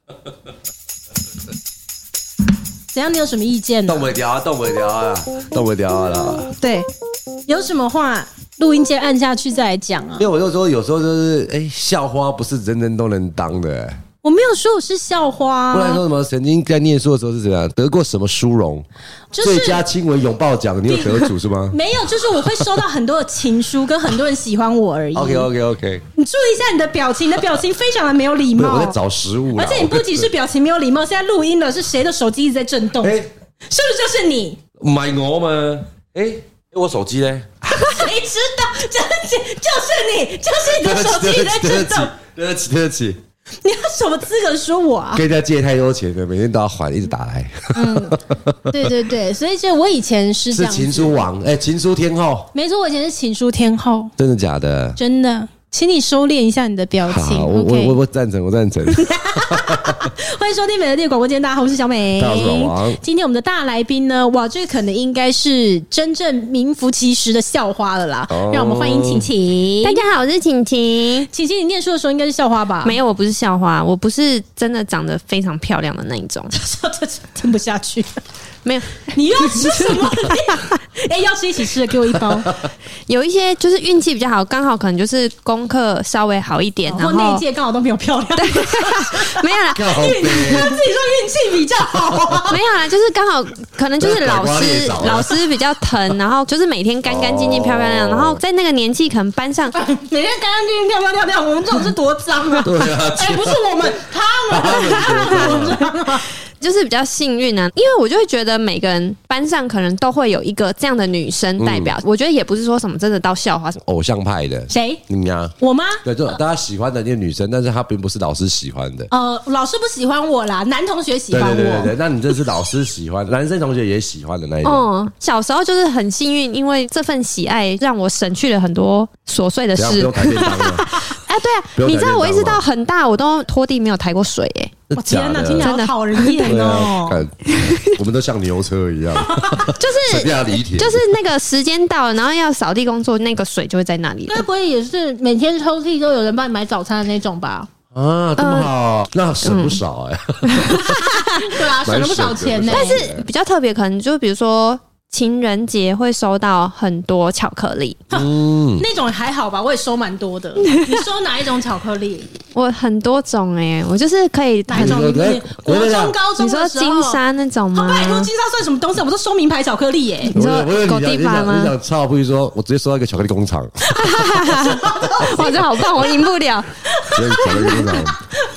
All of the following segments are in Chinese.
怎样？你有什么意见呢？ 动不掉啦。 对，有什么话录音键按下去再来讲啊？ 因为我就说有时候就是校花不是人人都能当的。 我没有说我是校花， 不然说什么曾经在念书的时候是怎样得过什么殊荣， 就是最佳亲吻拥抱奖，你有得主是吗？ 没有，就是我会收到很多的情书，跟很多人喜欢我而已。 OK， 你注意一下你的表情，你的表情非常的没有礼貌。 我在找食物， 而且你不仅是表情没有礼貌，现在录音了，是谁的手机一直在震动？是不是就是你？ 唔係我嘛？我手机呢？ 谁知道？就是你，就是你的手机一直在震动。 对不起。 你有什么资格说我啊？ 跟人家借太多钱了，每天都要还，一直打来。 对，所以就我以前是这样子， 是情书王，情书天后。 没错，我以前是情书天后。 真的假的？ 真的，请你收敛一下你的表情。 好，我赞成，我赞成。 欢迎收听美乐蒂广播间，大家好，我是小美， 大家好，我是老王。 今天我们的大来宾呢，哇，这可能应该是真正名副其实的校花了啦。让我们欢迎晴晴。 大家好，我是晴晴。 晴晴，你念书的时候应该是校花吧？ 没有，我不是校花，我不是真的长得非常漂亮的那一种。 听不下去。 没有， 你要吃什么？要吃一起吃的，给我一包。 有一些就是运气比较好，刚好可能就是功课稍微好一点，然后那一届刚好都没有漂亮。对， 没有啦， 他自己说运气比较好啊。 没有啦，就是刚好可能就是老师比较疼，然后就是每天干干净净、漂漂亮亮，然后在那个年纪，可能班上每天干干净净、漂漂亮亮，我们这种是多脏啊！ 对啊， 不是我们，他们。 就是比较幸运啊，因为我就会觉得每个人班上可能都会有一个这样的女生代表，我觉得也不是说什么真的到校花， 偶像派的谁？ 你呀？ 我吗？ 对，就大家喜欢的那个女生，但是她并不是老师喜欢的。 老师不喜欢我啦，男同学喜欢我。 对，那你这是老师喜欢，男生同学也喜欢的那一种。 小时候就是很幸运，因为这份喜爱让我省去了很多琐碎的事。 不用抬便当了。 对啊，你知道我一直到很大，我都拖地没有抬过水我天哪，听起来好讨人厌哦！ 我们都像牛车一样， 就是那个时间到了，然后要扫地工作，那个水就会在那里。 该不会也是每天抽屉都有人帮你买早餐的那种吧？ 啊，这么好，那省不少对啊，省了不少钱呢。 但是比较特别，可能就比如说情人节会收到很多巧克力， 那种还好吧，我也收蛮多的。你收哪一种巧克力？ 我很多种我就是可以哪一种？国中、高中的时候， 你说金沙那种吗？ 拜托，金沙算什么东西？我都收名牌巧克力你说狗地法吗？ 你想超不是说我直接收到一个巧克力工厂， 哇，这好棒，我赢不了。 巧克力工厂。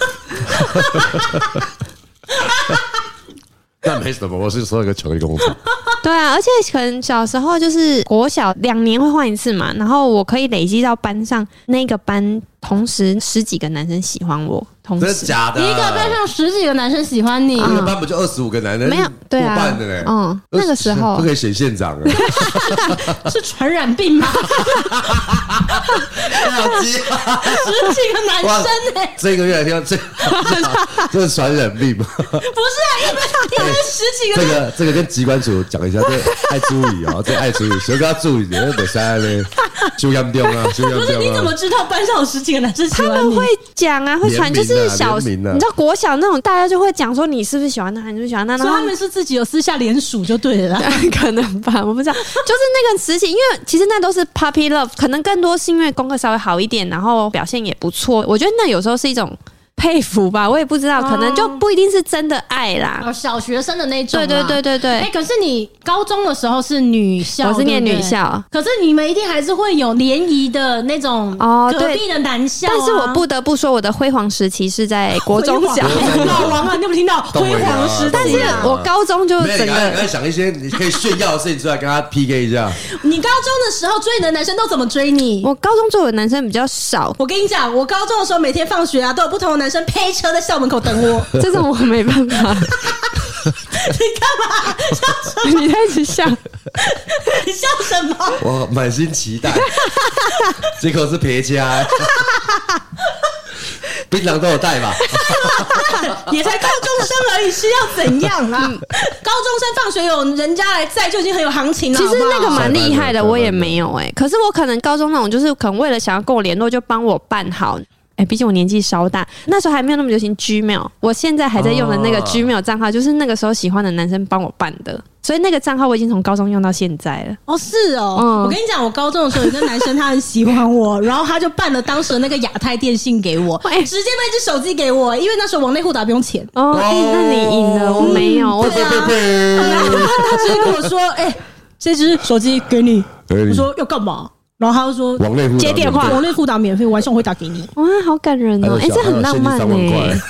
那没什么，我是说一个巧克力工厂。 对啊，而且可能小时候就是国小2年会换一次嘛，然后我可以累积到班上那个班同时10几个男生喜欢我，同时真的假的？ 一个班上10几个男生喜欢你， 一个班不就25个男人？ 没有，对啊， 过半的嘞。 那个时候都可以选县长了。 是传染病吗？10几个男生这个月来听这是传染病吗？ 不是啊，因为10几个。 这个跟机关署讲一下，这爱注意哦，这爱注意，谁跟他注意点，那得塞嘞，就严重啊，就严重啊。 不是，你怎么知道班上有10几个男生喜欢你？ 他们会讲啊，会传，就是小，你知道国小那种，大家就会讲说你是不是喜欢他，你是不是喜欢他？ 所以他们是自己有私下联署就对了啦， 可能吧，我不知道。就是那个时期，因为其实那都是 puppy love， 可能更多是因为功课稍微好一点，然后表现也不错。我觉得那有时候是一种佩服吧，我也不知道，可能就不一定是真的爱啦。 小学生的那种。 对。 可是你高中的时候是女校， 我是念女校， 可是你们一定还是会有联谊的那种隔壁的男校。 但是我不得不说，我的辉煌时期是在国中小。 老王啊，你有没有听到辉煌时期？ 但是我高中就整个， 你刚才想一些你可以炫耀的事情出来跟他 PK 一下。 你高中的时候追你的男生都怎么追你？ 我高中追我的男生比较少。 我跟你讲，我高中的时候每天放学啊，都有不同的男生配车在校门口等我。 这种我没办法。 你干嘛笑什么？ 你开始笑。 你笑什么？ 我满心期待，结果是别家。槟榔都有带吧？ 也才高中生而已，是要怎样啊？高中生放学有人家来载就已经很有行情了。 其实那个蛮厉害的，我也没有可是我可能高中那种就是可能为了想要跟我联络，就帮我办好。 毕竟我年纪稍大，那时候还没有那么流行 Gmail， 我现在还在用的那个 Gmail 账号，就是那个时候喜欢的男生帮我办的，所以那个账号我已经从高中用到现在了。 哦，是哦，我跟你讲，我高中的时候有一个男生他很喜欢我，然后他就办了当时的那个亚太电信给我，直接办一只手机给我，因为那时候网内互打不用钱。 哦，那你赢了，我没有，我对啊，他直接跟我说，这只手机给你，我说要干嘛？然后他就说网内接电话， 网内互打免费，晚上我会打给你。 哇，好感人哦！这很浪漫欸。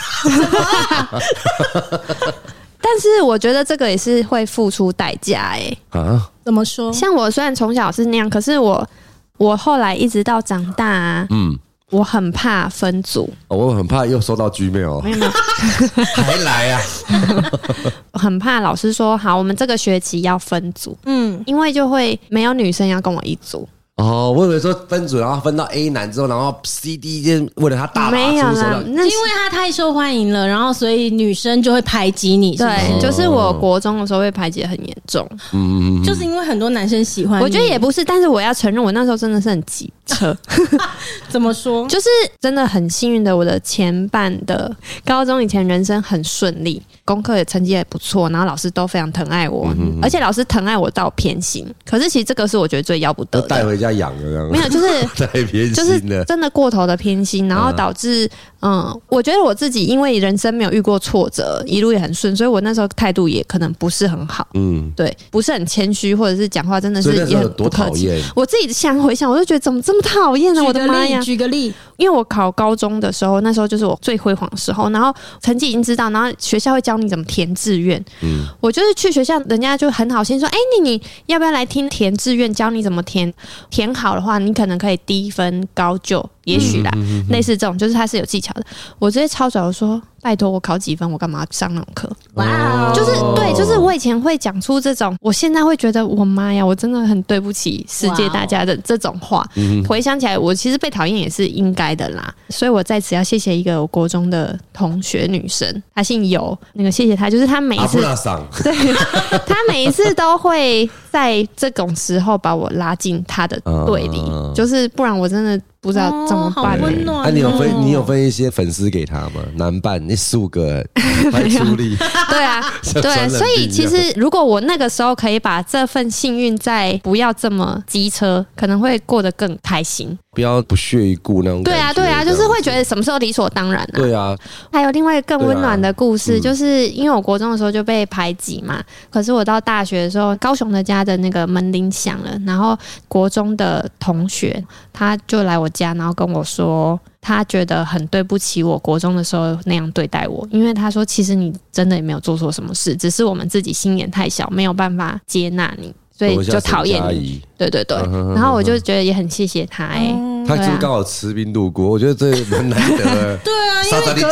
但是我觉得这个也是会付出代价怎么说？ 像我虽然从小是那样，可是我后来一直到长大啊，我很怕分组， 我很怕又收到 Gmail， 没有还来啊！ 我很怕老师说好，我们这个学期要分组，因为就会没有女生要跟我一组。 哦，我以为说分组，然后分到 A 男之后，然后 C、D 就为了他大打出手的， 因为他太受欢迎了，然后所以女生就会排挤你。 对，就是我国中的时候被排挤得很严重， 就是因为很多男生喜欢你。 我觉得也不是，但是我要承认，我那时候真的是很机车。 怎么说？ 就是真的很幸运的，我的前半的高中以前人生很顺利，功课也成绩也不错，然后老师都非常疼爱我，而且老师疼爱我到偏心。可是其实这个是我觉得最要不得的， 带回家养的这样。 没有，就是太偏心了， 就是真的过头的偏心，然后导致我觉得我自己因为人生没有遇过挫折，一路也很顺，所以我那时候态度也可能不是很好，对，不是很谦虚，或者是讲话真的是也很不客气。我自己回想，我就觉得怎么这么讨厌呢？我的妈呀！ 举个例， 因为我考高中的时候，那时候就是我最辉煌的时候，然后成绩已经知道，然后学校会教你怎么填志愿。我就是去学校，人家就很好心说：“你要不要来听填志愿，教你怎么填？填好的话，你可能可以低分高就。”也许啦，类似这种，就是它是有技巧的。我直接超拽，我说拜托，我考几分，我干嘛上那种课？哇，就是对，就是我以前会讲出这种，我现在会觉得我妈呀，我真的很对不起世界大家的这种话。回想起来，我其实被讨厌也是应该的啦。所以我在此要谢谢一个我国中的同学女生，她姓尤，那个谢谢她，就是她每一次，对，她每一次都会在这种时候把我拉进她的队里，就是不然我真的不知道怎么办。 好温暖哦。 你有分一些粉丝给他吗？男伴你15个来出力， 对啊，对，所以其实如果我那个时候可以把这份幸运再不要这么机车，可能会过得更开心。 不要不屑一顾那种感觉。 对啊，就是会觉得什么时候理所当然啊。 对啊， 还有另外一个更温暖的故事，就是因为我国中的时候就被排挤嘛，可是我到大学的时候，高雄的家的那个门铃响了，然后国中的同学他就来我家，然后跟我说，他觉得很对不起我国中的时候那样对待我，因为他说其实你真的也没有做错什么事，只是我们自己心眼太小，没有办法接纳你，所以就讨厌你。对，然后我就觉得也很谢谢他他就是刚好持兵路过，我觉得这蛮难得的。 对啊，因为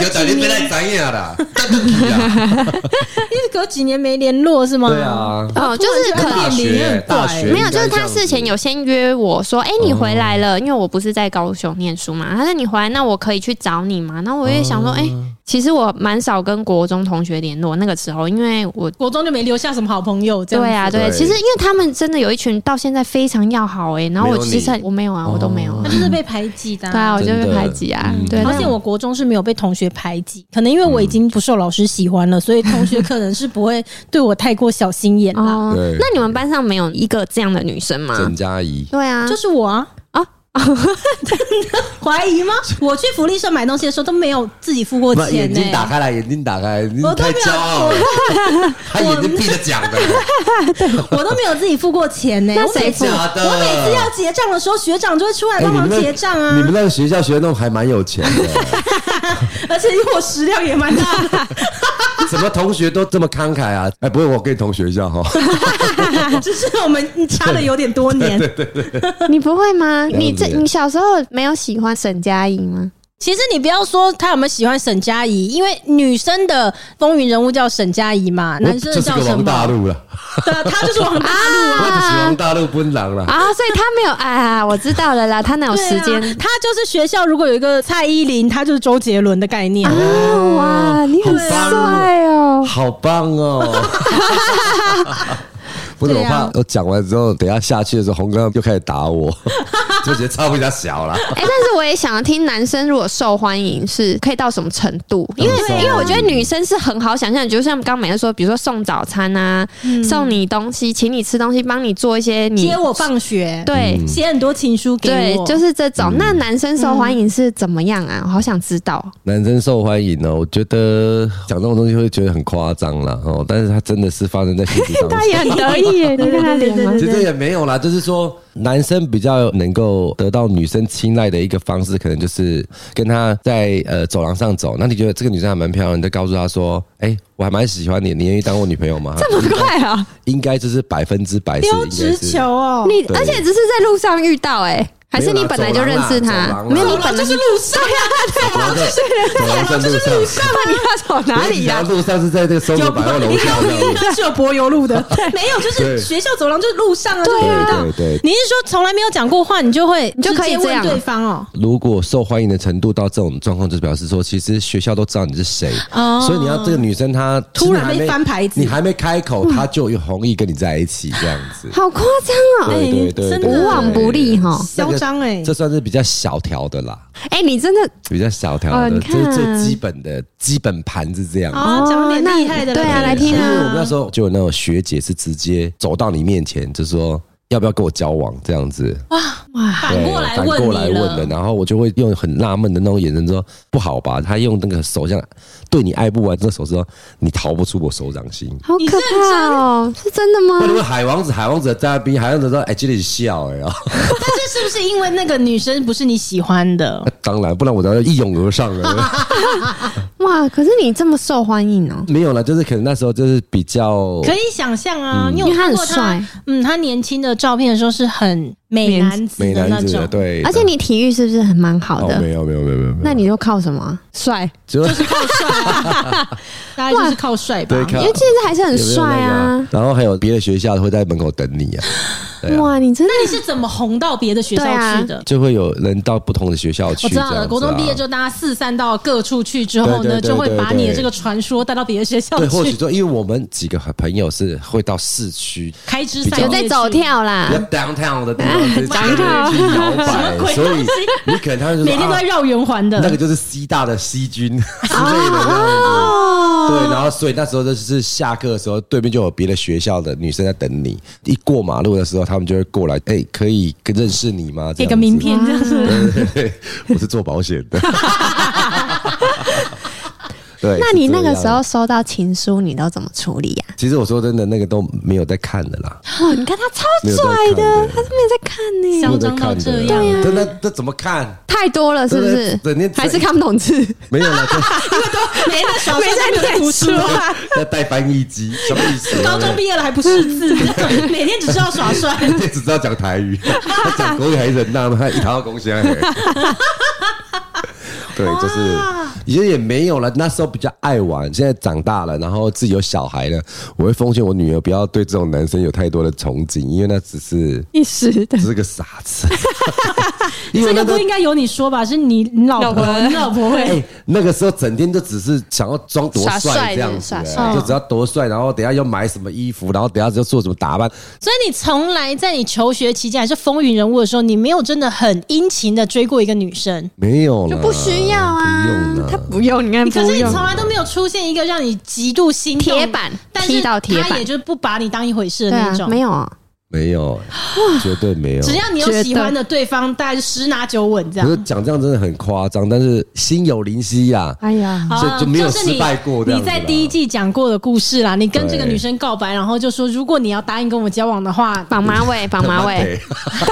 隔几年没联络是吗？ 对啊， 就是大学没有，就是他事前有先约我说，你回来了，因为我不是在高雄念书嘛，他说你回来，那我可以去找你嘛？然后我也想说，其实我蛮少跟国中同学联络，那个时候因为我国中就没留下什么好朋友，这样子。 对，其实因为他们真的有一群到现在非常要好然后我其实我没有啊，我都没有， 他就是被排挤的。 对啊，我就被排挤啊。对， 而且我国中是没有被同学排挤，可能因为我已经不受老师喜欢了，所以同学可能是不会对我太过小心眼啦。 那你们班上没有一个这样的女生吗？ 郑嘉怡。 对啊， 就是我啊。怀疑吗？我去福利社买东西的时候都没有自己付过钱。 眼睛打开来，你太骄傲了。他眼睛闭着讲的。 我都没有自己付过钱呢。 那谁付？ 我每次要结账的时候，学长就会出来帮忙结账啊。 你们那个学校学生还蛮有钱的， 而且我食量也蛮大的。 什么同学都这么慷慨啊？不会，我跟你同学一下哈。 只是我们差了有点多年。 对， 你不会吗？你小时候没有喜欢沈佳宜吗？ 其实你不要说他有没有喜欢沈佳宜，因为女生的风云人物叫沈佳宜嘛，男生的叫什么？ 就是王大陆了。 对啊，他就是王大陆啊。 我只喜欢大陆奔狼了啊，所以他没有我知道了啦，他哪有时间？ 他就是学校如果有一个蔡依林，他就是周杰伦的概念啊！哇，你很帅哦， 好棒哦！ 不是我怕我讲完之后，等一下下去的时候，洪哥又开始打我，就觉得差比较小啦。 但是我也想要听男生如果受欢迎是可以到什么程度？因为我觉得女生是很好想象，就像刚美乐说，比如说送早餐啊，送你东西，请你吃东西，帮你做一些接我放学， 对， 写很多情书给我， 对，就是这种。那男生受欢迎是怎么样啊？我好想知道。 男生受欢迎呢，我觉得讲这种东西会觉得很夸张啦，但是他真的是发生在现实当中。 他也很得意耶，你看他脸吗？ 其实也没有啦，就是说男生比较能够得到女生青睐的一个方式，可能就是跟他在走廊上走，那你觉得这个女生还蛮漂亮，你就告诉他说，我还蛮喜欢你，你愿意当我女朋友吗？ 这么快啊？ 应该就是100% 丢直球哦， 而且只是在路上遇到还是你本来就认识他？ 没有，你本来就是路上呀， 走廊就是路上， 那你要走哪里呀？ 路上是在这个收购百货楼下， 应该是有柏油路的，没有，就是学校走廊就是路上啊，就遇到。 对， 你是说从来没有讲过话，你就可以问对方哦？ 如果受欢迎的程度到这种状况，就表示说，其实学校都知道你是谁，所以你要这个女生她突然被翻牌子， 你还没开口，她就同意跟你在一起，这样子， 好夸张哦！ 对， 无往不利哈。 这算是比较小条的啦。 你真的比较小条的，这是最基本的基本盘是这样。 讲点厉害的， 对啊，来听啊。 因为我们那时候就有那种学姐是直接走到你面前，就说要不要跟我交往这样子。 哇，反过来问的，然后我就会用很纳闷的那种眼神说不好吧？他用那个手这样对你爱不完，这手说你逃不出我手掌心， 好可怕哦！是真的吗？ 或者海王子在那边，海王子说这里笑但是不是因为那个女生不是你喜欢的？ 当然，不然我都要一拥而上了。 哇！可是你这么受欢迎哦？ 没有啦，就是可能那时候就是比较可以想象啊，因为他很帅，他年轻的照片的时候是很美男子的那种， 对。 而且你体育是不是很蛮好的？ 没有。 那你都靠什么？帅， 就是靠帅啊，大概就是靠帅吧。 因为现在还是很帅啊。 然后还有别的学校会在门口等你啊。 哇，你真的？ 那你是怎么红到别的学校去的？ 就会有人到不同的学校去。 我知道了，国中毕业就大家四散到各处去之后呢，就会把你的这个传说带到别的学校去。 对，或许说，因为我们几个朋友是会到市区开枝散叶， 有在走跳啦， 要 downtown 的地方去摇摆，所以你可能他们每天都在绕圆环的， 那个就是西大的西军之类的这样子。对，然后所以那时候就是下课的时候，对面就有别的学校的女生在等你。一过马路的时候，他们就会过来，可以认识你吗？ 给个名片这样子。 对，我是做保险的。对， 那你那个时候收到情书，你都怎么处理呀？ 其实我说真的，那个都没有在看的啦。 哇，你看他超帅的，他是没有在看呢， 嚣张到这样， 对呀， 真的这怎么看？ 太多了，是不是？还是看不懂字？ 没有了， 因为都没在小学没在读书啊， 要带翻译机，什么意思？ 高中毕业了还不识字，每天只知道耍帅， 每天只知道讲台语，他讲国语还忍耐，他一套公乡。对，就是以前也没有了。那时候比较爱玩，现在长大了，然后自己有小孩了，我会奉劝我女儿不要对这种男生有太多的憧憬，因为那只是一时的， 只是个傻子。 这个不应该由你说吧？是你老婆会。 那个时候整天就只是想要装多帅这样子，就只要多帅，然后等一下要买什么衣服，然后等一下就做什么打扮。 所以你从来在你求学期间还是风云人物的时候，你没有真的很殷勤的追过一个女生？ 没有啦， 就不需要啊， 不用啦， 他不用，你看不用。 可是你从来都没有出现一个让你极度心动铁板， 踢到铁板，他也就是不把你当一回事的那种， 没有啊。 没有，绝对没有。 只要你有喜欢的对方，大概就10拿9稳这样。 不是讲这样真的很夸张，但是心有灵犀呀。 哎呀， 所以就没有失败过。 你在第一季讲过的故事啦，你跟这个女生告白，然后就说如果你要答应跟我交往的话， 绑马尾，绑马尾。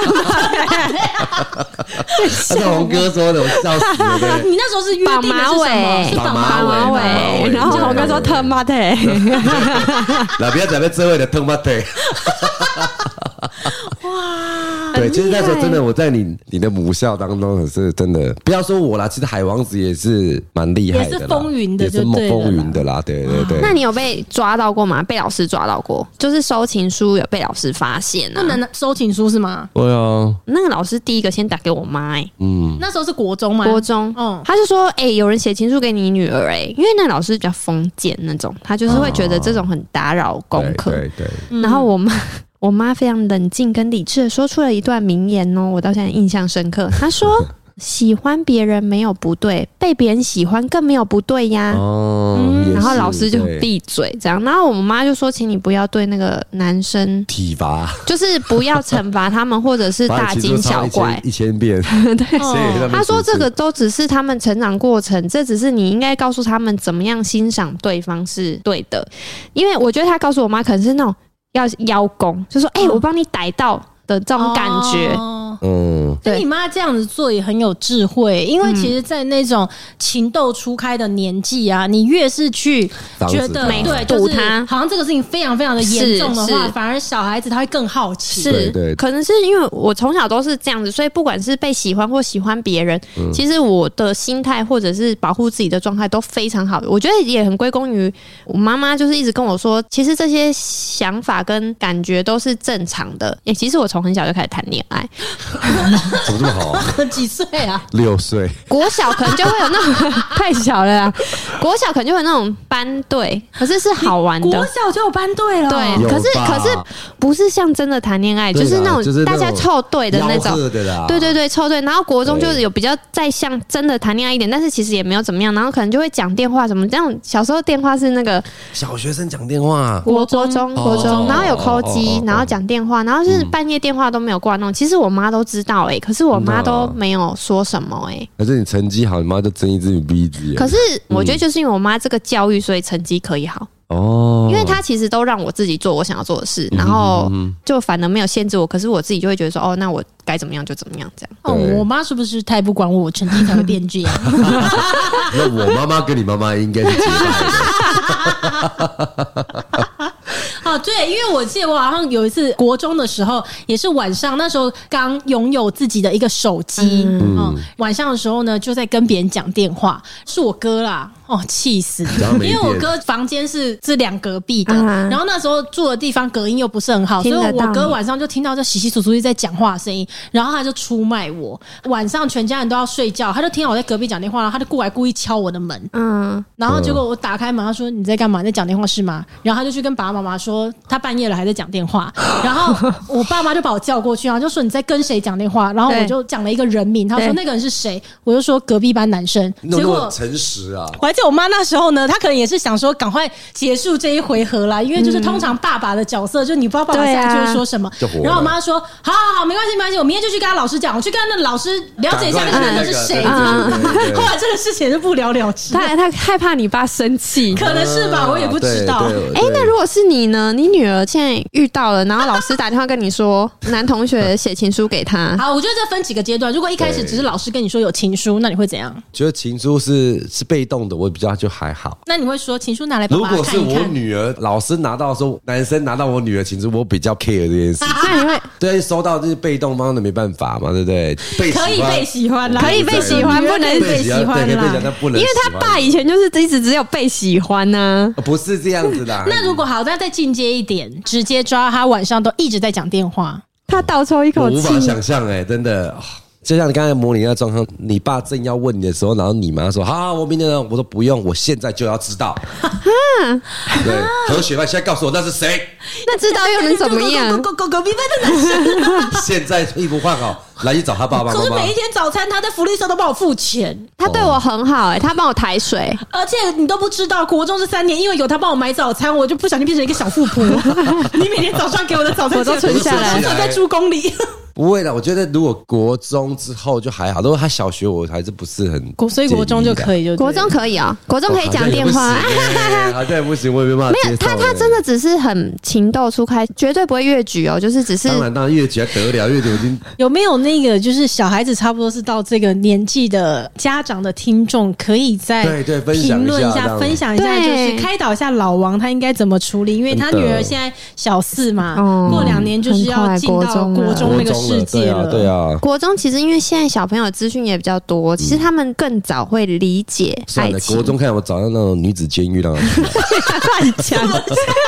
那是洪哥说的，我笑死了。 你那时候是约定的是什么？是绑马尾，然后洪哥说特马腿， 老不要准备这位的特马腿。 哇！ 对，其实那时候真的我在你的母校当中可是真的，不要说我啦，其实海王子也是蛮厉害的啦， 也是风云的， 也是风云的啦，对对对。 那你有被抓到过吗？被老师抓到过，就是收情书有被老师发现啊？ 不能收情书是吗？ 对啊， 那个老师第一个先打给我妈那时候是国中吗？ 国中，他就说有人写情书给你女儿因为那个老师比较封建那种，他就是会觉得这种很打扰功课， 对。 然后我妈非常冷静跟理智的说出了一段名言我到现在印象深刻。她说喜欢别人没有不对，被别人喜欢更没有不对呀。然后老师就闭嘴这样，然后我妈就说请你不要对那个男生体罚， 就是不要惩罚他们或者是大惊小怪 1000遍对，她说这个都只是他们成长过程，这只是你应该告诉他们怎么样欣赏对方是对的。因为我觉得她告诉我妈可能是那种要邀功，就说我帮你逮到的这种感觉。 对，你妈这样子做也很有智慧，因为其实在那种情窦初开的年纪啊，你越是去觉得对，就是好像这个事情非常非常的严重的话，反而小孩子他会更好奇。 是，对，可能是因为我从小都是这样子，所以不管是被喜欢或喜欢别人，其实我的心态或者是保护自己的状态都非常好。我觉得也很归功于我妈妈，就是一直跟我说，其实这些想法跟感觉都是正常的。其实我从很小就开始谈恋爱。 怎么这么好啊？ 几岁啊 ？6岁。 国小可能就会有那种太小了啦，国小可能就会有那种班队，可是是好玩的。 国小就有班队了， 对，可是不是像真的谈恋爱，就是那种大家凑队的那种。对对对，凑队。然后国中就是有比较再像真的谈恋爱一点，但是其实也没有怎么样。然后可能就会讲电话什么，这样小时候电话是那个小学生讲电话， 国中，然后有call机，然后讲电话，然后就是半夜电话都没有挂那种。其实我妈都知道可是我妈都没有说什么可是你成绩好，你妈就睁一只眼闭一只眼。 可是我觉得就是因为我妈这个教育，所以成绩可以好。因为她其实都让我自己做我想要做的事，然后就反而没有限制我。可是我自己就会觉得说，那我该怎么样就怎么样这样。 我妈是不是太不管我成绩才会变这样？ 那我妈妈跟你妈妈应该是结拜的。 对，因为我记得我好像有一次国中的时候，也是晚上，那时候刚拥有自己的一个手机，晚上的时候呢，就在跟别人讲电话，是我哥啦，气死！因为我哥房间是这两隔壁的，然后那时候住的地方隔音又不是很好，所以我哥晚上就听到这稀稀疏疏在讲话的声音，然后他就出卖我。晚上全家人都要睡觉，他就听到我在隔壁讲电话，然后他就过来故意敲我的门，然后结果我打开门，他说你在干嘛？你在讲电话是吗？然后他就去跟爸爸妈妈说。他半夜了还在讲电话，然后我爸妈就把我叫过去，然后就说你在跟谁讲电话，然后我就讲了一个人名，他说那个人是谁，我就说隔壁班男生，结果诚实啊！ 我还记得我妈那时候呢，她可能也是想说赶快结束这一回合啦，因为就是通常爸爸的角色，就你不知道爸爸现在就会说什么，然后我妈说好，没关系没关系，我明天就去跟他老师讲，我去跟那个老师了解一下那个人是谁。后来这个事情就不了了之， 他害怕你爸生气， 可能是吧，我也不知道。 那如果是你呢？你女儿现在遇到了，然后老师打电话跟你说男同学写情书给他。 好，我觉得这分几个阶段。如果一开始只是老师跟你说有情书，那你会怎样？ 觉得情书是被动的，我比较就还好。 那你会说情书拿来爸爸看一看？ 如果是我女儿，老师拿到的时候，男生拿到我女儿情书，我比较 care 这件事。 那你会对收到就是被动方的没办法嘛，对不对？ 可以被喜欢啦， 可以被喜欢，不能被喜欢啦。 因为他爸以前就是一直只有被喜欢呢， 不是这样子的。 那如果好，那再进阶一点，直接抓他晚上都一直在讲电话， 他倒抽一口气， 我无法想象真的。就像你刚才模拟那个状况，你爸正要问你的时候，然后你妈说：“好，我明天我说不用，我现在就要知道。”对，何雪曼现在告诉我那是谁？ 那知道又能怎么样？ 隔壁班的男生， 现在衣服换好，来去找他爸爸妈妈。 可是每一天早餐他在福利社都帮我付钱， 他对我很好他帮我抬水， 而且你都不知道，国中是3年，因为有他帮我买早餐，我就不小心变成一个小富婆。你每天早上给我的早餐我都存下来， 存在猪公里。 不会啦，我觉得如果国中之后就还好，如果他小学我还是不是很， 所以国中就可以， 国中可以国中可以讲电话， 好像也不行，我也没办法接受。 没有他真的只是很情窦初开，绝对不会越矩就是只是。 当然越矩还得了，越矩已经有没有那个就是小孩子差不多是到这个年纪的家长的听众，可以在评论一下、分享一下，就是开导一下老王他应该怎么处理，因为他女儿现在小4嘛，过2年就是要进到国中那个时世界了。 对啊。 国中其实因为现在小朋友资讯也比较多，其实他们更早会理解爱情。 国中看我找到那种女子监狱让他去， 乱讲。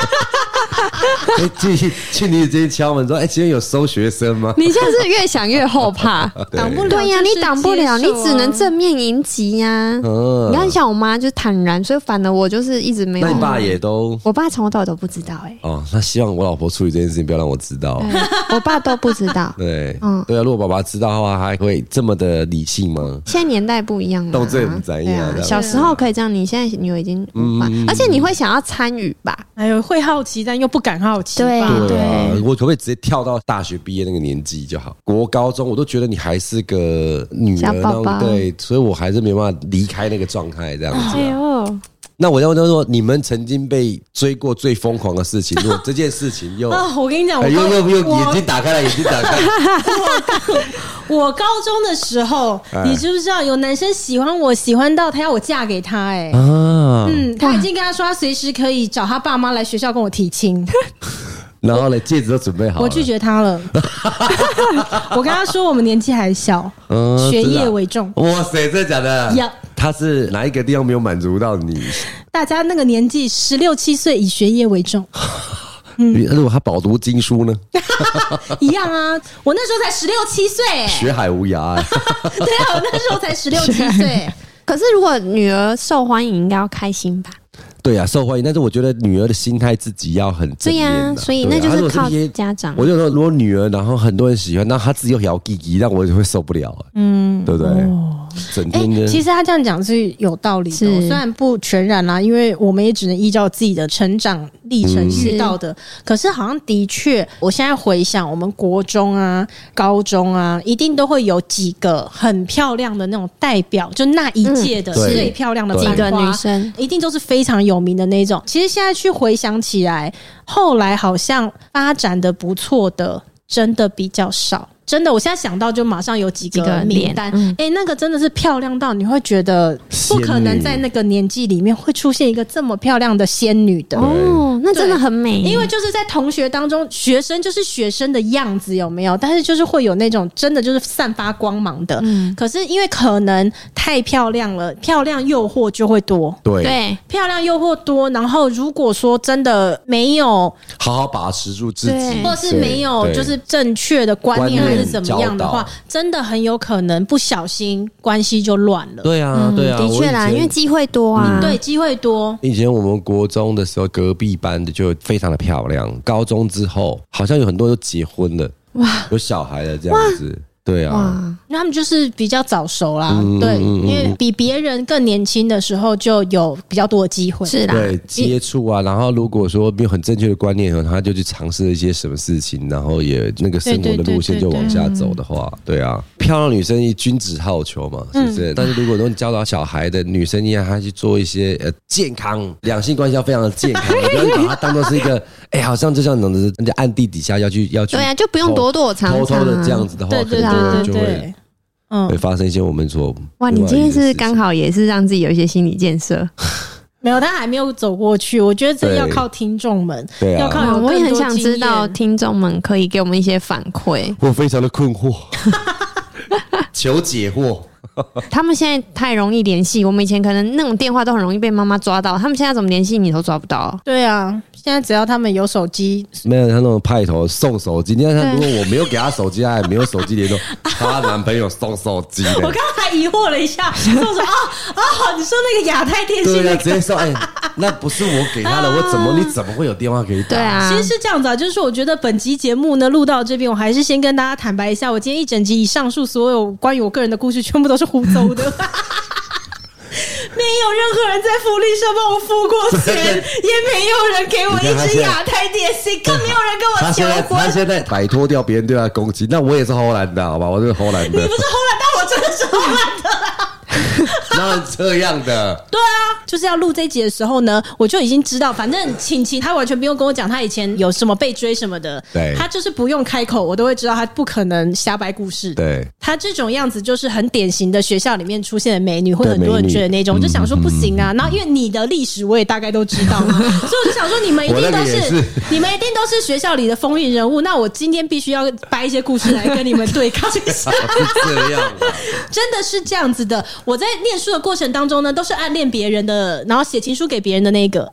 去女子监狱敲门说：“今天有收学生吗？” 你现在是越想越后怕， 挡不了。 对呀，你挡不了，你只能正面迎击呀。你看，像我妈就坦然，所以反而我就是一直没有。 那你爸也都？ 我爸从头到尾都不知道哦，那希望我老婆处理这件事情不要让我知道。 我爸都不知道。 对，对啊，如果爸爸知道的话，还会这么的理性吗？ 现在年代不一样了， 动作也不怎样。 小时候可以这样，你现在女儿已经无法，而且你会想要参与吧？ 哎呦，会好奇，但又不敢好奇。 对啊， 我可不可以直接跳到大学毕业那个年纪就好？国高中我都觉得你还是个女儿，那种对，所以我还是没办法离开那个状态这样子。 哎呦。 那我要说，你们曾经被追过最疯狂的事情，如果这件事情又我跟你讲， 又眼睛打开了，眼睛打开。 我高中的时候，你知不知道有男生喜欢我，喜欢到他要我嫁给他？他已经跟他说，他随时可以找他爸妈来学校跟我提亲。 然后呢，戒指都准备好了， 我拒绝他了。我跟他说，我们年纪还小，学业为重。 哇塞，真的假的？他是哪一个地方没有满足到你？ 大家那个年纪16、17岁，以学业为重。 如果他饱读经书呢？ 一样啊，我那时候才16、17岁， 学海无涯。 对啊，我那时候才16、17岁。 可是如果女儿受欢迎，应该要开心吧？ 对啊，受欢迎，但是我觉得女儿的心态自己要很正面。对啊， 所以那就是靠家长。 我就说，如果女儿然后很多人喜欢，那她自己又摇弟弟，让我就会受不了。对不对？整天的。 其实他这样讲是有道理的，虽然不全然啦，因为我们也只能依照自己的成长历程遇到的。可是好像的确，我现在回想，我们国中啊、高中啊，一定都会有几个很漂亮的那种代表，就那一届的最漂亮的几个女生， 一定都是非常有名的那种。其实现在去回想起来，后来好像发展的不错的，真的比较少。真的，我现在想到就马上有几个名单，那个真的是漂亮到你会觉得不可能在那个年纪里面会出现一个这么漂亮的仙女的哦，那真的很美。 因为就是在同学当中，学生就是学生的样子有没有？但是就是会有那种真的就是散发光芒的。可是因为可能太漂亮了，漂亮诱惑就会多。 对， 漂亮诱惑多，然后如果说真的没有好好把持住自己， 或是没有就是正确的观念还是怎么样的话，真的很有可能不小心关系就乱了。 对啊，对啊， 的确啦，因为机会多啊。 对，机会多。 以前我们国中的时候，隔壁班的就非常的漂亮。高中之后，好像有很多都结婚了，有小孩了这样子。对啊， 那他们就是比较早熟啦，对，因为比别人更年轻的时候就有比较多的机会， 是啦， 对，接触啊，然后如果说没有很正确的观念，他就去尝试一些什么事情，然后也那个生活的路线就往下走的话，对啊，漂亮女生君子好逑嘛，是不是？但是如果说你教导小孩的女生，你让她去做一些健康两性关系要非常的健康，不要把它当做是一个好像就像人家暗地底下要去， 对啊，就不用躲躲藏藏， 偷偷的这样子的话， 对。 就会发生一些我们所你今天是刚好也是让自己有一些心理建设。 没有，他还没有走过去。我觉得这要靠听众们，要靠有更多经验。 我也很想知道听众们可以给我们一些反馈。 我非常的困惑，求解惑。 他们现在太容易联系，我们以前可能那种电话都很容易被妈妈抓到，他们现在怎么联系你都抓不到。 对啊，现在只要他们有手机， 没有他那种派头送手机。你看他，如果我没有给他手机，他也没有手机联络，她男朋友送手机的。 我刚刚还疑惑了一下，送什么？你说那个亚太电信， 对啊，直接说，那不是我给他的，你怎么会有电话可以打？ 对啊， 其实是这样子啊，就是说，我觉得本集节目呢录到这边，我还是先跟大家坦白一下，我今天一整集以上述所有关于我个人的故事，全部都是胡诌的。没有任何人在福利社帮我付过钱，也没有人给我一支亚太电信，更没有人跟我求婚。 他现在摆脱掉别人对他的攻击，那我也是荷兰的，好吧？我是荷兰的。 你不是荷兰，但我真的是荷兰的啦。 哪有这样的？ 对啊，就是要录这一集的时候呢，我就已经知道，反正晴晴她完全不用跟我讲她以前有什么被追什么的， 对， 她就是不用开口，我都会知道她不可能瞎掰故事。 对， 她这种样子就是很典型的学校里面出现的美女，会很多人追的那种。我就想说不行啊，然后因为你的历史我也大概都知道嘛，所以我就想说你们一定都是你们一定都是学校里的风云人物，那我今天必须要掰一些故事来跟你们对抗一下。 是这样啊， 真的是这样子的。我在念书的过程当中呢，都是暗恋别人的，然后写情书给别人的那个。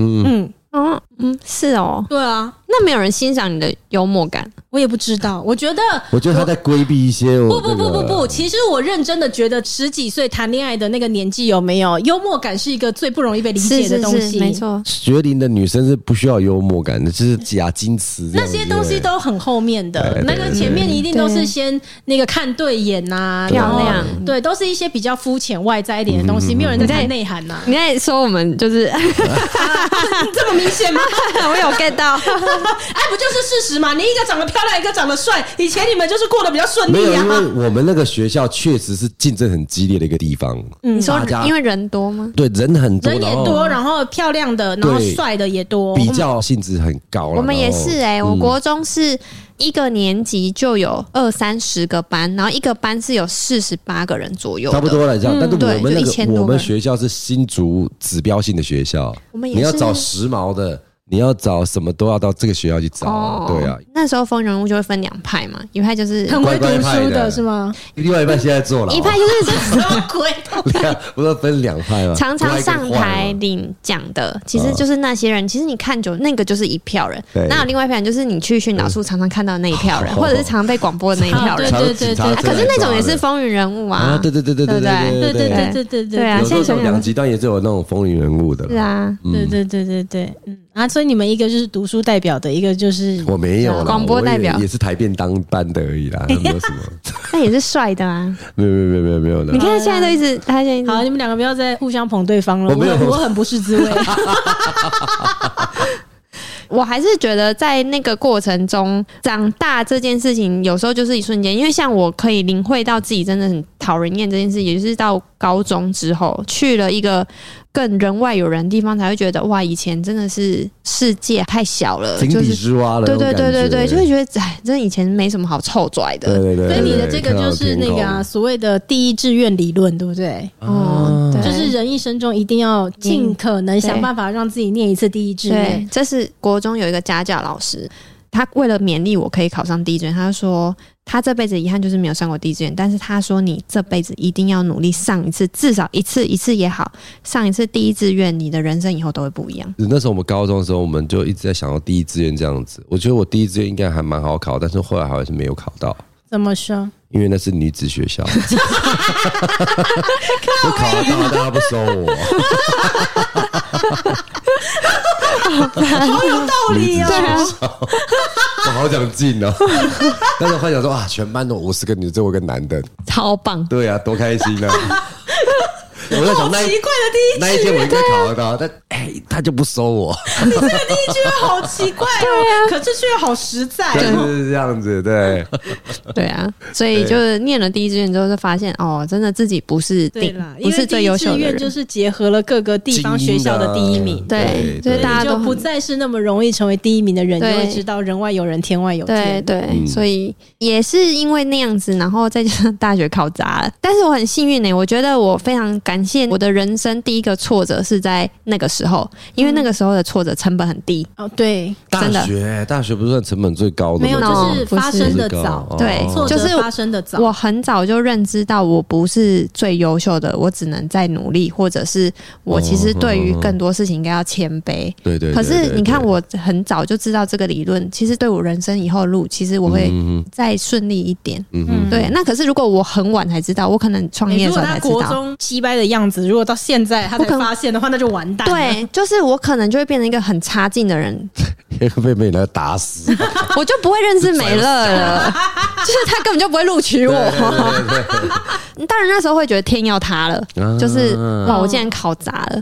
是哦， 对啊， 那没有人欣赏你的幽默感。 我也不知道，我觉得他在规避一些不，其实我认真的觉得10几岁谈恋爱的那个年纪有没有幽默感是一个最不容易被理解的东西， 是没错。 学龄的女生是不需要幽默感的，就是假矜持， 那些东西都很后面的，那个前面一定都是先那个看对眼呐， 漂亮， 对，都是一些比较肤浅外在一点的东西，没有人在谈内涵呐。 你在说我们就是这么明显吗？ 我有 get 到， 不就是事实吗？你一个长得漂亮，一个长得帅，以前你们就是过得比较顺利啊。 没有，因为我们那个学校确实是竞争很激烈的一个地方。 你说因为人多吗？ 对，人很多， 人也多，然后漂亮的，然后帅的也多， 比较性质很高。 我们也是我国中是一个年级就有20-30个班，然后一个班是有48个人左右的， 差不多了这样。但是我们我们学校是新竹指标性的学校，你要找时髦的。你要找什么都要到这个学校去找，对啊。 那时候风云人物就会分2派嘛，一派就是很会读书的是吗？ 另外一派现在做了， 一派就是什么鬼？ 不是分2派吗？ 常常上台领奖的，其实就是那些人。其实你看久，那个就是一票人。那有另外一票人，就是你去训导处常常看到的那一票人，或者是常常被广播的那一票人。 对。 可是那种也是风云人物啊。 对， 对啊！ 现在2极端也是有那种风云人物的。 是啊， 对。所以你们一个就是读书代表的，一个就是我没有广播代表， 也是台便当班的而已啦，没有什么。 那也是帅的啊！ 没有的。 你看现在都一直，他现在好，你们2个不要再互相捧对方了，我很不是滋味。 我还是觉得在那个过程中长大这件事情，有时候就是一瞬间。因为像我可以领会到自己真的很讨人厌这件事，也就是到高中之后去了一个更人外有人的地方，才会觉得哇，以前真的是世界太小了， 井底之蛙了。 对，就会觉得哎，真的以前没什么好臭拽的。 对。 所以你的这个就是那个所谓的第一志愿理论，对不对？就是人一生中一定要尽可能想办法让自己念一次第一志愿。 对，这是国中有一个家教老师，他为了勉励我可以考上第一志愿，他说他这辈子遗憾就是没有上过第一志愿，但是他说你这辈子一定要努力上一次，至少一次也好，上一次第一志愿，你的人生以后都会不一样。 那时候我们高中的时候，我们就一直在想要第一志愿这样子。我觉得我第一志愿应该还蛮好考，但是后来好像是没有考到。 怎么说？ 因为那是女子学校，我考得到，但他不收我。 好有道理哦！ 我好想进哦，但是幻想说啊，全班都50个女的，只有我一个男的， 超棒！ 对啊，多开心啊！我在想奇怪的第一那一天我应该考得到，但他就不收我。 你这个第一句话好奇怪哦，可是却好实在， 就是这样子，对， 对啊，所以就是念了第一志愿之后，就发现哦，真的自己不是最优秀的人，因为第一志愿就是结合了各个地方学校的第一名， 对，所以大家都不再是那么容易成为第一名的人，就会知道人外有人，天外有天， 对，所以也是因为那样子，然后再加上大学考砸了，但是我很幸运我觉得我非常感谢我的人生第一个挫折是在那个时候，因为那个时候的挫折成本很低。 对， 大学不是算成本最高的吗？ 没有，就是发生的早， 对， 就是发生的早。 我很早就认知到我不是最优秀的，我只能再努力，或者是我其实对于更多事情应该要谦卑。 对。 可是你看，我很早就知道这个理论，其实对我人生以后的路，其实我会再顺利一点。对。那可是如果我很晚才知道，我可能创业的时候才知道。 如果他国中鸡掰的样子，如果到现在他才发现的话，那就完蛋了。 对，就是我可能就会变成一个很差劲的人， 被美乐打死， 我就不会认识美乐了，就是他根本就不会录取我。当然那时候会觉得天要塌了，就是哇，我竟然考砸了。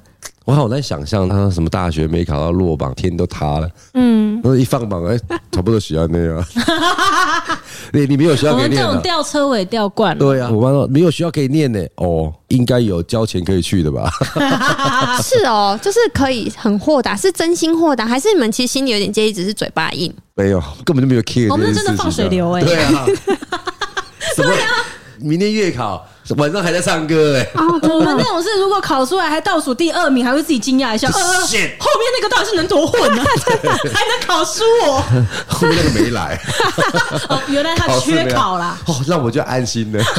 我好难想象他什么大学没考到落榜，天都塌了。然后一放榜，差不多喜欢那样。你没有学校可以念我们这种吊车尾吊惯了。 对啊，我妈说没有学校可以念呢。哦，应该有交钱可以去的吧？ 是哦，就是可以很豁达，是真心豁达，还是你们其实心里有点介意，只是嘴巴硬？ 没有，根本就没有 care。 我们真的放水流对啊，什么？明天月考，晚上还在唱歌我们那种是，如果考出来还倒数第2名，还会自己惊讶一下。后面那个到底是能多混呢？还能考输我？ 后面那个没来。 原来他缺考啦。 让我就安心了。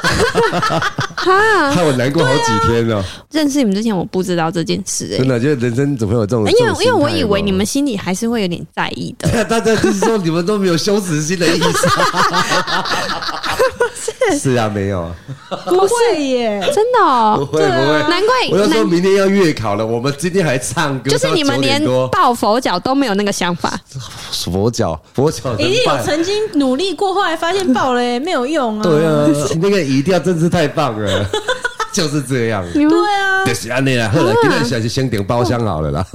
害我难过好几天了。 认识你们之前，我不知道这件事。 真的，就人生怎么会有这种？ 因为我以为你们心里还是会有点在意的。 大家就是说你们都没有羞耻心的意思。是啊，没有， 不会耶， 真的哦， 不会， 难怪。 我就说明天要月考了，我们今天还唱歌， 就是你们连抱佛脚都没有那个想法。 佛脚一定有曾经努力过，后来发现爆了没有用啊。 对啊，那个一定要真是太棒了。就是这样， 对啊， 就是安尼啦。后来今天想去先订包厢好了啦。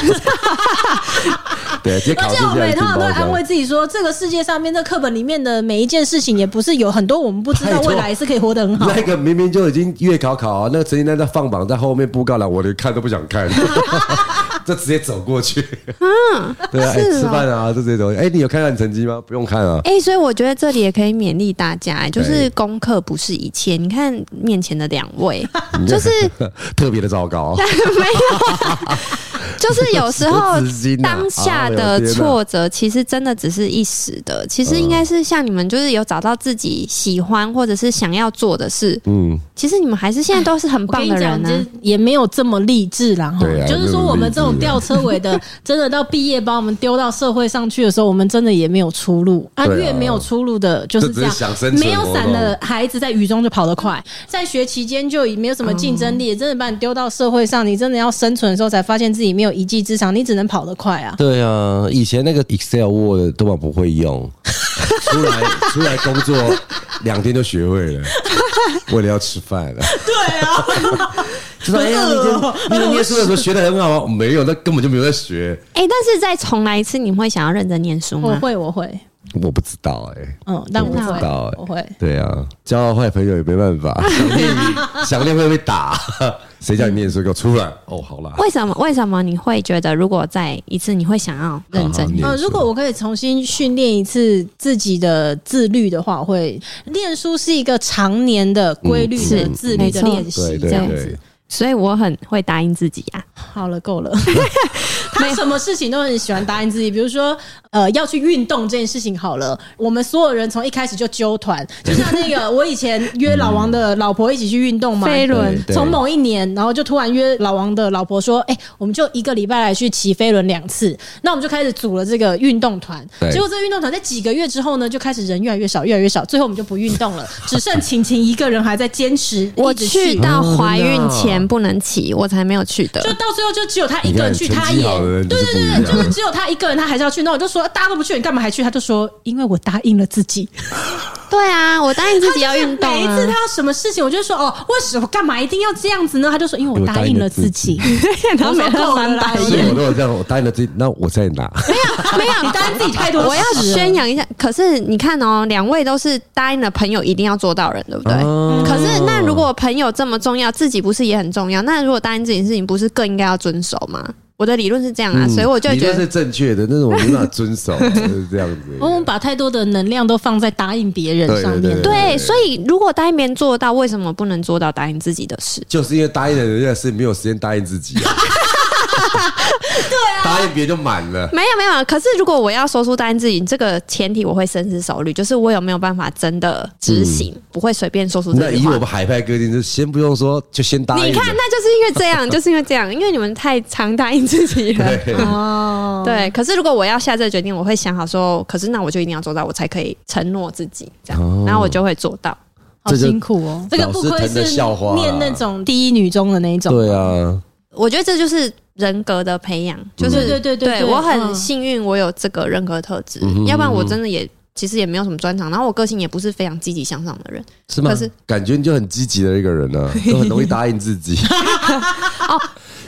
对，而且我们通常都会安慰自己说，这个世界上面，这课本里面的每一件事情，也不是有很多我们不知道未来是可以活得很好。 那个明明就已经月考啊，那个成绩单在放榜在后面布告栏，我连看都不想看，就直接走过去。对啊，吃饭啊，就这种。你有看到你成绩吗？不用看啊。 所以我觉得这里也可以勉励大家，就是功课不是一切。你看面前的2位，就是特别的糟糕。 没有。就是有时候当下的挫折，其实真的只是一时的。其实应该是像你们，就是有找到自己喜欢或者是想要做的事。其实你们还是现在都是很棒的人呢。 也没有这么励志啦。就是说我们这种吊车尾的，真的到毕业把我们丢到社会上去的时候，我们真的也没有出路啊。越没有出路的就是这样，没有伞的孩子在雨中就跑得快，在学期间就没有什么竞争力，真的把你丢到社会上，你真的要生存的时候，才发现自己没有一技之长，你只能跑得快啊。 对啊，以前那个 Excel、Word 都不会用，出来工作2天就学会了，为了要吃饭了。 对啊， 就说你念书的时候学得很好吗？没有，那根本就没有在学。 但是再重来一次，你会想要认真念书吗？ 我会。 我不知道但我不知道我会。 对啊，交到坏朋友也没办法，想念会被打。谁叫你念书给我出来？好啦。 为什么你会觉得如果再一次你会想要认真念书？ 如果我可以重新训练一次自己的自律的话，我会念书是一个常年的规律的自律的练习，这样子。 所以我很会答应自己啊。 好了，够了。他什么事情都很喜欢答应自己，比如说要去运动这件事情好了，我们所有人从一开始就揪团，就像那个我以前约老王的老婆一起去运动嘛， 飞轮。 从某一年，然后就突然约老王的老婆说，我们就1个礼拜来去骑飞轮2次，那我们就开始组了这个运动团。结果这个运动团在几个月之后呢，就开始人越来越少，越来越少，最后我们就不运动了，只剩晴晴一个人还在坚持。 我去到怀孕前不能骑，我才没有去的。 就到最后就只有他一个人去，他也对，就是只有他一个人，他还是要去。那我就说大家都不去，你干嘛还去？他就说因为我答应了自己。 对啊，我答应自己要运动。 每一次他要什么事情，我就说为什么干嘛一定要这样子呢？他就说因为我答应了自己。 然后每次都翻白眼。 我都有这样，我答应了自己，那我在哪？ 没有， 你答应自己太多。 我要宣扬一下。可是你看2位都是答应了朋友一定要做到人，对不对？可是那如果朋友这么重要，自己不是也很重要？那如果答应自己的事情，不是更应该要遵守吗？我的理论是这样啊，所以我就觉得理论是正确的，但是我没办法遵守，就是这样子。 我们把太多的能量都放在答应别人上面， 对，所以如果答应别人做到，为什么不能做到答应自己的事？ 就是因为答应人家的事没有时间答应自己啊。对啊，答应别人就满了。 没有，可是如果我要说出答应自己这个前提，我会深思熟虑，就是我有没有办法真的执行，不会随便说出这句话。 那以我们海派个性，就先不用说，就先答应。 你看，那就是因为这样，就是因为这样，因为你们太常答应自己了。对。可是如果我要下这个决定，我会想好说，可是那我就一定要做到，我才可以承诺自己这样，然后我就会做到。 好辛苦哦，这个不愧是念那种第一女中的那一种。 对啊， 我觉得这就是人格的培养，就是对我很幸运，我有这个人格特质，要不然我真的也其实也没有什么专长，然后我个性也不是非常积极向上的人， 是吗？可是感觉你就很积极的一个人啊，都很容易答应自己。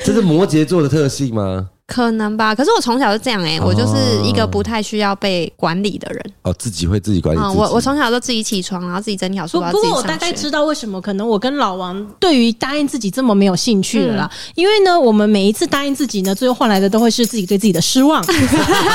这是摩羯座的特性吗？ 可能吧，可是我从小就这样我就是一个不太需要被管理的人。 自己会自己管理自己。 我从小都自己起床，然后自己整理好书包， 不过我大概知道为什么可能我跟老王对于答应自己这么没有兴趣了啦。因为呢，我们每一次答应自己呢，最后换来的都会是自己对自己的失望。 对，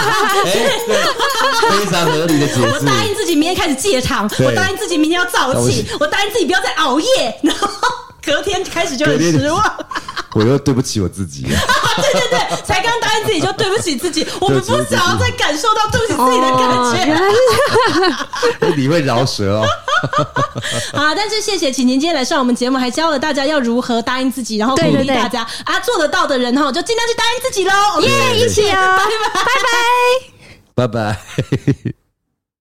非常合理的解释。 我答应自己明天开始戒糖，我答应自己明天要早起，我答应自己不要再熬夜，然后隔天开始就很失望。 我又对不起我自己。 对，才刚答应自己就对不起自己，我们不想要再感受到对不起自己的感觉。 原来是这样，你会饶舌哦。 好，但是谢谢晴晴今天来上我们节目，还教了大家要如何答应自己，然后鼓励大家做得到的人就尽量去答应自己喽。 耶，一起哦，拜拜， 拜拜。